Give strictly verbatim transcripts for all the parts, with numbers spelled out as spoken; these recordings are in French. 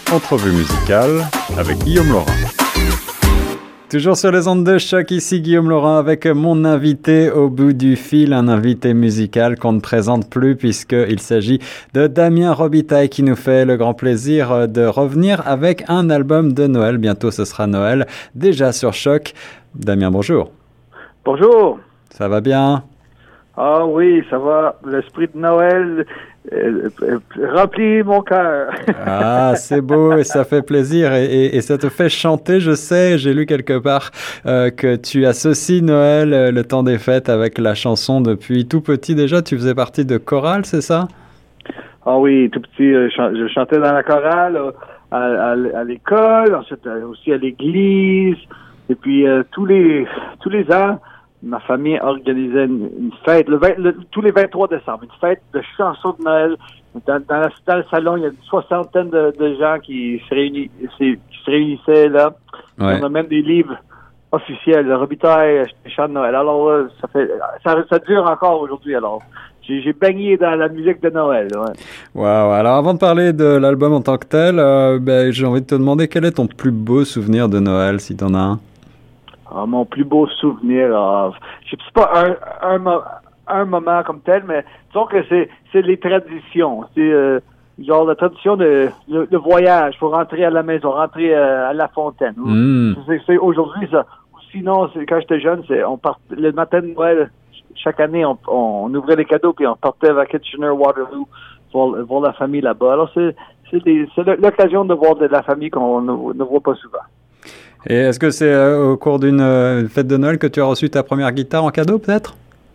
Entrevue musicale avec Guillaume Laurin. Toujours sur les ondes de choc, ici Guillaume Laurin avec mon invité au bout du fil, un invité musical qu'on ne présente plus puisqu'il s'agit de Damien Robitaille qui nous fait le grand plaisir de revenir avec un album de Noël. Bientôt ce sera Noël, déjà sur Choc. Damien, bonjour. Bonjour. Ça va bien? Ah oui, ça va. L'esprit de Noël euh, euh, remplit mon cœur. Ah, c'est beau et ça fait plaisir et, et, et ça te fait chanter, je sais, j'ai lu quelque part euh, que tu associes Noël, euh, le temps des fêtes avec la chanson depuis tout petit déjà. Tu faisais partie de chorale, c'est ça? Ah oui, tout petit, euh, je chantais dans la chorale, euh, à, à, à l'école, ensuite euh, aussi à l'église, et puis euh, tous les tous les ans, ma famille organisait une, une fête, le, vingt, le tous les vingt-trois décembre, une fête de chansons de Noël. Dans, dans, la, dans le salon, il y a une soixantaine de, de gens qui se, réunis, qui se réunissaient là. Ouais. On a même des livres officiels, le Robitaille, chant de Noël. Alors, euh, ça fait, ça, ça dure encore aujourd'hui, alors. J'ai, j'ai baigné dans la musique de Noël, ouais. Wow. Alors, avant de parler de l'album en tant que tel, euh, ben, j'ai envie de te demander quel est ton plus beau souvenir de Noël, si t'en as un? Ah, mon plus beau souvenir, ah, je sais pas un, un, un moment comme tel, mais disons que c'est, c'est les traditions. C'est euh, genre la tradition de le, le voyage, faut rentrer à la maison, rentrer à, à la fontaine. Mm. C'est, c'est aujourd'hui ça. Sinon, c'est, quand j'étais jeune, c'est on part le matin de Noël. Chaque année, on, on ouvrait les cadeaux puis on partait à Kitchener-Waterloo voir, voir la famille là-bas. Alors c'est c'est, des, c'est l'occasion de voir de la famille qu'on ne, ne voit pas souvent. Et est-ce que c'est euh, au cours d'une euh, fête de Noël que tu as reçu ta première guitare en cadeau, peut-être?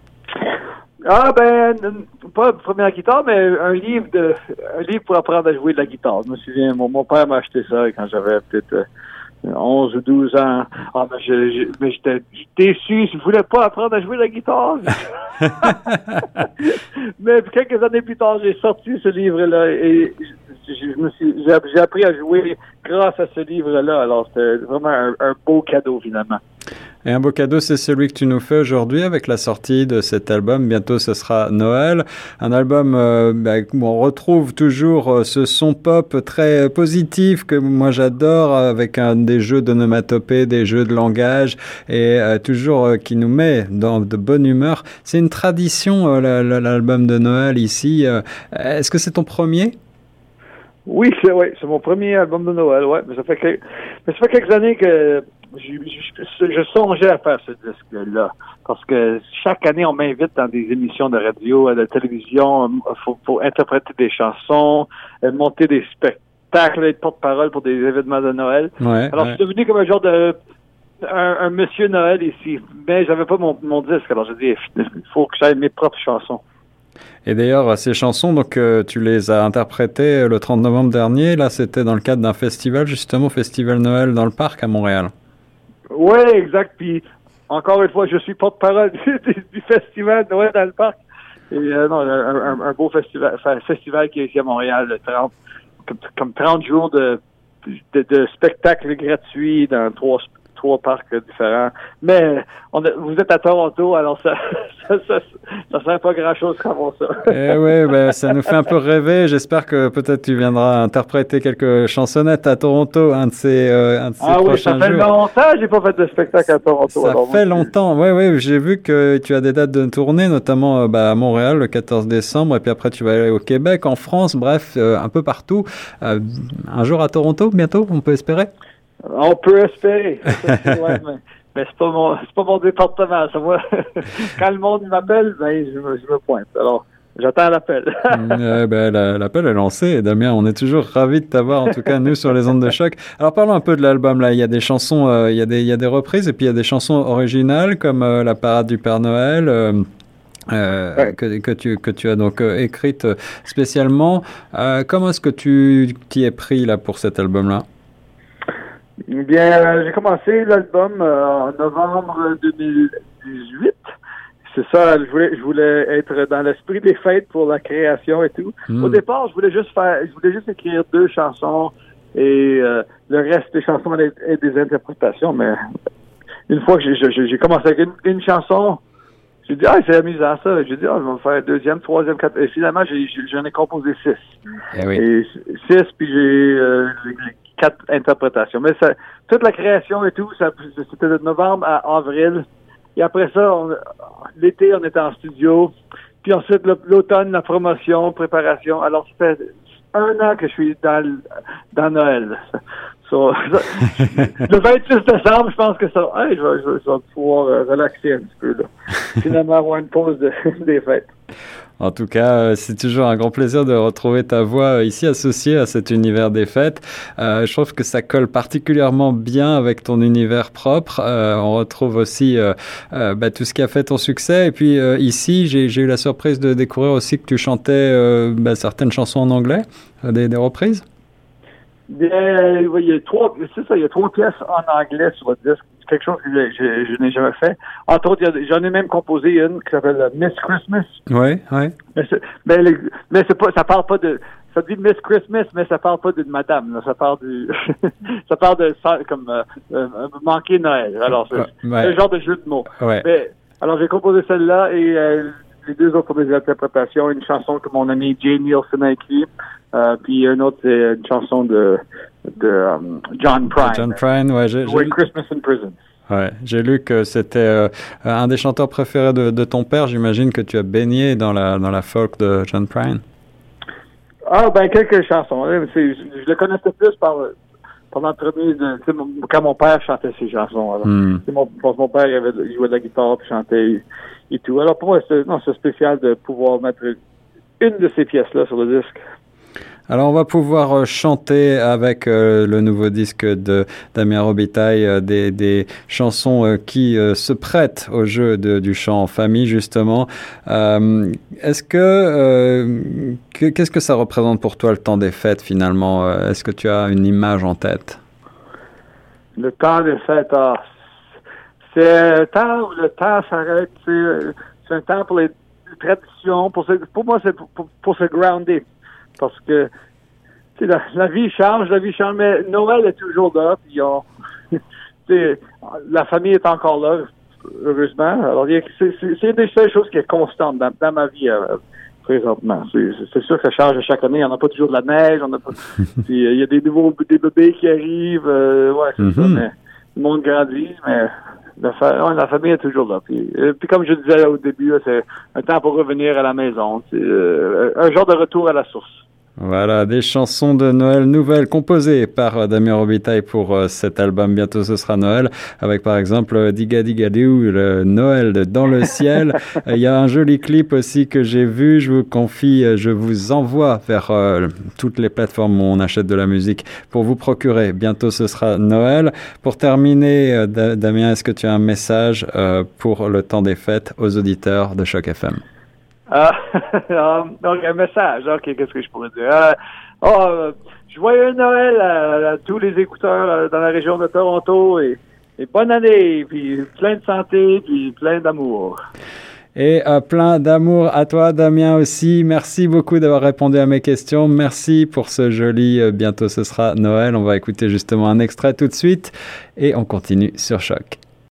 Ah ben, pas une première guitare, mais un livre de un livre pour apprendre à jouer de la guitare. Je me souviens, mon, mon père m'a acheté ça quand j'avais peut-être euh, onze ou douze ans. Ah ben, je, je, mais j'étais déçu, je voulais pas apprendre à jouer de la guitare. Mais quelques années plus tard, j'ai sorti ce livre-là et je, je me suis, j'ai, j'ai appris à jouer grâce à ce livre-là. Alors, c'était vraiment un, un beau cadeau, finalement. Et un beau cadeau, c'est celui que tu nous fais aujourd'hui avec la sortie de cet album. Bientôt, ce sera Noël. Un album euh, bah, où on retrouve toujours euh, ce son pop très positif que moi j'adore, avec un, des jeux d'onomatopée, des jeux de langage et euh, toujours euh, qui nous met dans de bonne humeur. C'est une tradition, euh, la, la, l'album de Noël ici. Euh, est-ce que c'est ton premier? Oui, c'est, oui, c'est mon premier album de Noël, ouais. Mais ça fait, que, mais ça fait quelques années que je, je, je songeais à faire ce disque-là. Parce que chaque année, on m'invite dans des émissions de radio, de télévision, faut, faut interpréter des chansons, monter des spectacles, être porte-parole pour des événements de Noël. Ouais, alors, ouais. je suis devenu comme un genre de un, un monsieur Noël ici. Mais j'avais pas mon, mon disque, alors j'ai dit, il faut que j'aille mes propres chansons. Et d'ailleurs, ces chansons, donc, euh, tu les as interprétées le trente novembre dernier. Là, c'était dans le cadre d'un festival, justement, Festival Noël dans le Parc à Montréal. Oui, exact. Puis, encore une fois, je suis porte-parole du, du Festival Noël dans le Parc. Et euh, non, un, un, un beau festival, enfin, festival qui est ici à Montréal, trente, comme, comme trente jours de, de, de spectacles gratuits dans trois trois parcs différents. Mais on a, vous êtes à Toronto, alors ça ça, ça, ça sert pas grand-chose à voir ça. Eh oui, ben, ça nous fait un peu rêver. J'espère que peut-être tu viendras interpréter quelques chansonnettes à Toronto, un de ces, euh, un de ces ah prochains oui, ça fait jours. longtemps que j'ai pas fait de spectacle à Toronto. Ça alors, fait moi, longtemps, oui, oui. J'ai vu que tu as des dates de tournée, notamment euh, bah, à Montréal le quatorze décembre, et puis après tu vas aller au Québec, en France, bref, euh, un peu partout. Euh, un jour à Toronto, bientôt, on peut espérer? On peut espérer. Ouais, mais, mais c'est pas mon, c'est pas mon département. Ça, moi, quand le monde m'appelle, ben, je me, je me pointe. Alors, j'attends l'appel. euh, ben, la, l'appel est lancé. Et Damien, on est toujours ravis de t'avoir, en tout cas, nous, sur les ondes de choc. Alors, parlons un peu de l'album, là. Il y a des chansons, euh, il y a des, il y a des reprises, et puis il y a des chansons originales, comme euh, La Parade du Père Noël, euh, Euh, ouais. que, que, tu, que tu as donc euh, écrite spécialement. Euh, comment est-ce que tu t'y es pris, là, pour cet album-là? Bien, euh, j'ai commencé l'album euh, en novembre deux mille dix-huit. C'est ça, je voulais, je voulais être dans l'esprit des fêtes pour la création et tout. Mm. Au départ, je voulais juste faire, je voulais juste écrire deux chansons et euh, le reste des chansons et des interprétations. Mais une fois que j'ai, j'ai, j'ai commencé avec une, une chanson, j'ai dit, ah, c'est amusant ça. J'ai dit, ah, je vais faire deuxième, troisième, quatrième. Et finalement, j'ai, j'en ai composé six. Eh oui. Et six, puis j'ai euh, quatre interprétations. Mais ça, toute la création et tout, ça, c'était de novembre à avril. Et après ça, on, l'été, on était en studio. Puis ensuite, l'automne, la promotion, préparation. Alors, ça fait un an que je suis dans, dans Noël. So, le vingt-six décembre, je pense que ça, hey, je, vais, je, vais, je vais pouvoir euh, relaxer un petit peu, là. Finalement, avoir une pause de, des fêtes. En tout cas, c'est toujours un grand plaisir de retrouver ta voix ici associée à cet univers des fêtes. Euh, je trouve que ça colle particulièrement bien avec ton univers propre. Euh, on retrouve aussi euh, euh, bah, tout ce qui a fait ton succès. Et puis euh, ici, j'ai, j'ai eu la surprise de découvrir aussi que tu chantais euh, bah, certaines chansons en anglais, des, des reprises. Bien, il y a trois, c'est ça, il y a trois pièces en anglais sur le disque. Quelque chose que je, je, je n'ai jamais fait. Entre autres, il y a, j'en ai même composé une qui s'appelle Miss Christmas. Oui, oui. Mais c'est, mais, les, mais c'est pas, ça parle pas de, ça dit Miss Christmas, mais ça parle pas d'une madame, là. Ça parle du, ça parle de, comme, euh, euh, manquer Noël. Alors, c'est, ouais. c'est un genre de jeu de mots. Ouais. Mais, alors, j'ai composé celle-là et, euh, les deux autres sont des interprétations. Une chanson que mon ami Jay Nielsen a écrit. Euh, puis une autre, c'est une chanson de, de um, John Prine. John Prine, ouais. J'ai, j'ai... Christmas in Prison. Ouais, j'ai lu que c'était euh, un des chanteurs préférés de, de ton père. J'imagine que tu as baigné dans la, dans la folk de John Prine. Ah, ben, quelques chansons. C'est, je le connaissais plus par, par l'entremise de, tu sais, quand mon père chantait ses chansons. Alors, mm. mon, mon père il avait, il jouait de la guitare puis chantait et, et tout. Alors, pour moi, c'est, non, c'est spécial de pouvoir mettre une de ces pièces-là sur le disque. Alors, on va pouvoir chanter avec euh, le nouveau disque de Damien Robitaille euh, des, des chansons euh, qui euh, se prêtent au jeu de, du chant en famille, justement. Euh, est-ce que, euh, que, qu'est-ce que ça représente pour toi, le temps des fêtes, finalement? Est-ce que tu as une image en tête? Le temps des fêtes, ah, c'est un temps où le temps s'arrête. C'est, c'est un temps pour les traditions. Pour, se, pour moi, c'est pour, pour, pour se grounder. Parce que tu sais, la, la vie change, la vie change, mais Noël est toujours là. Puis on, la famille est encore là, heureusement. Alors, c'est, c'est, c'est une des seules choses qui est constante dans, dans ma vie euh, présentement. C'est, c'est sûr que ça change chaque année. On n'a pas toujours de la neige. On a pas. Puis il y a des nouveaux des bébés qui arrivent. Euh, ouais, c'est mm-hmm. ça. Mais le monde grandit, mais la, fa- ouais, la famille est toujours là. Puis, euh, puis comme je disais au début, là, c'est un temps pour revenir à la maison. C'est euh, un genre de retour à la source. Voilà, des chansons de Noël nouvelles composées par Damien Robitaille pour euh, cet album Bientôt ce sera Noël, avec par exemple Diga Diga Dou, le Noël dans le ciel. Il y a un joli clip aussi que j'ai vu, je vous confie, je vous envoie vers euh, toutes les plateformes où on achète de la musique pour vous procurer Bientôt ce sera Noël. Pour terminer, euh, Damien, est-ce que tu as un message euh, pour le temps des fêtes aux auditeurs de Choc F M? Ah, donc un message, ok, qu'est-ce que je pourrais dire? Euh, oh, euh, joyeux Noël à, à tous les écouteurs euh, dans la région de Toronto et, et bonne année, puis plein de santé, puis plein d'amour. Et euh, plein d'amour à toi, Damien, aussi. Merci beaucoup d'avoir répondu à mes questions. Merci pour ce joli euh, Bientôt ce sera Noël. On va écouter justement un extrait tout de suite et on continue sur Choc.